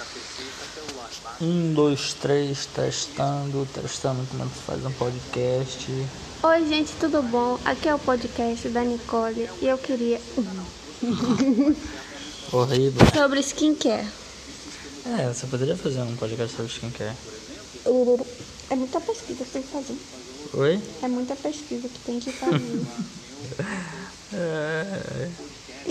Um, dois, três, testando como é que se faz um podcast. Oi gente, tudo bom? Aqui é o podcast da Nicole e eu queria Horrível. sobre skincare. Você poderia fazer um podcast sobre skincare. É muita pesquisa que tem que fazer. Oi? É muita pesquisa que tem que fazer.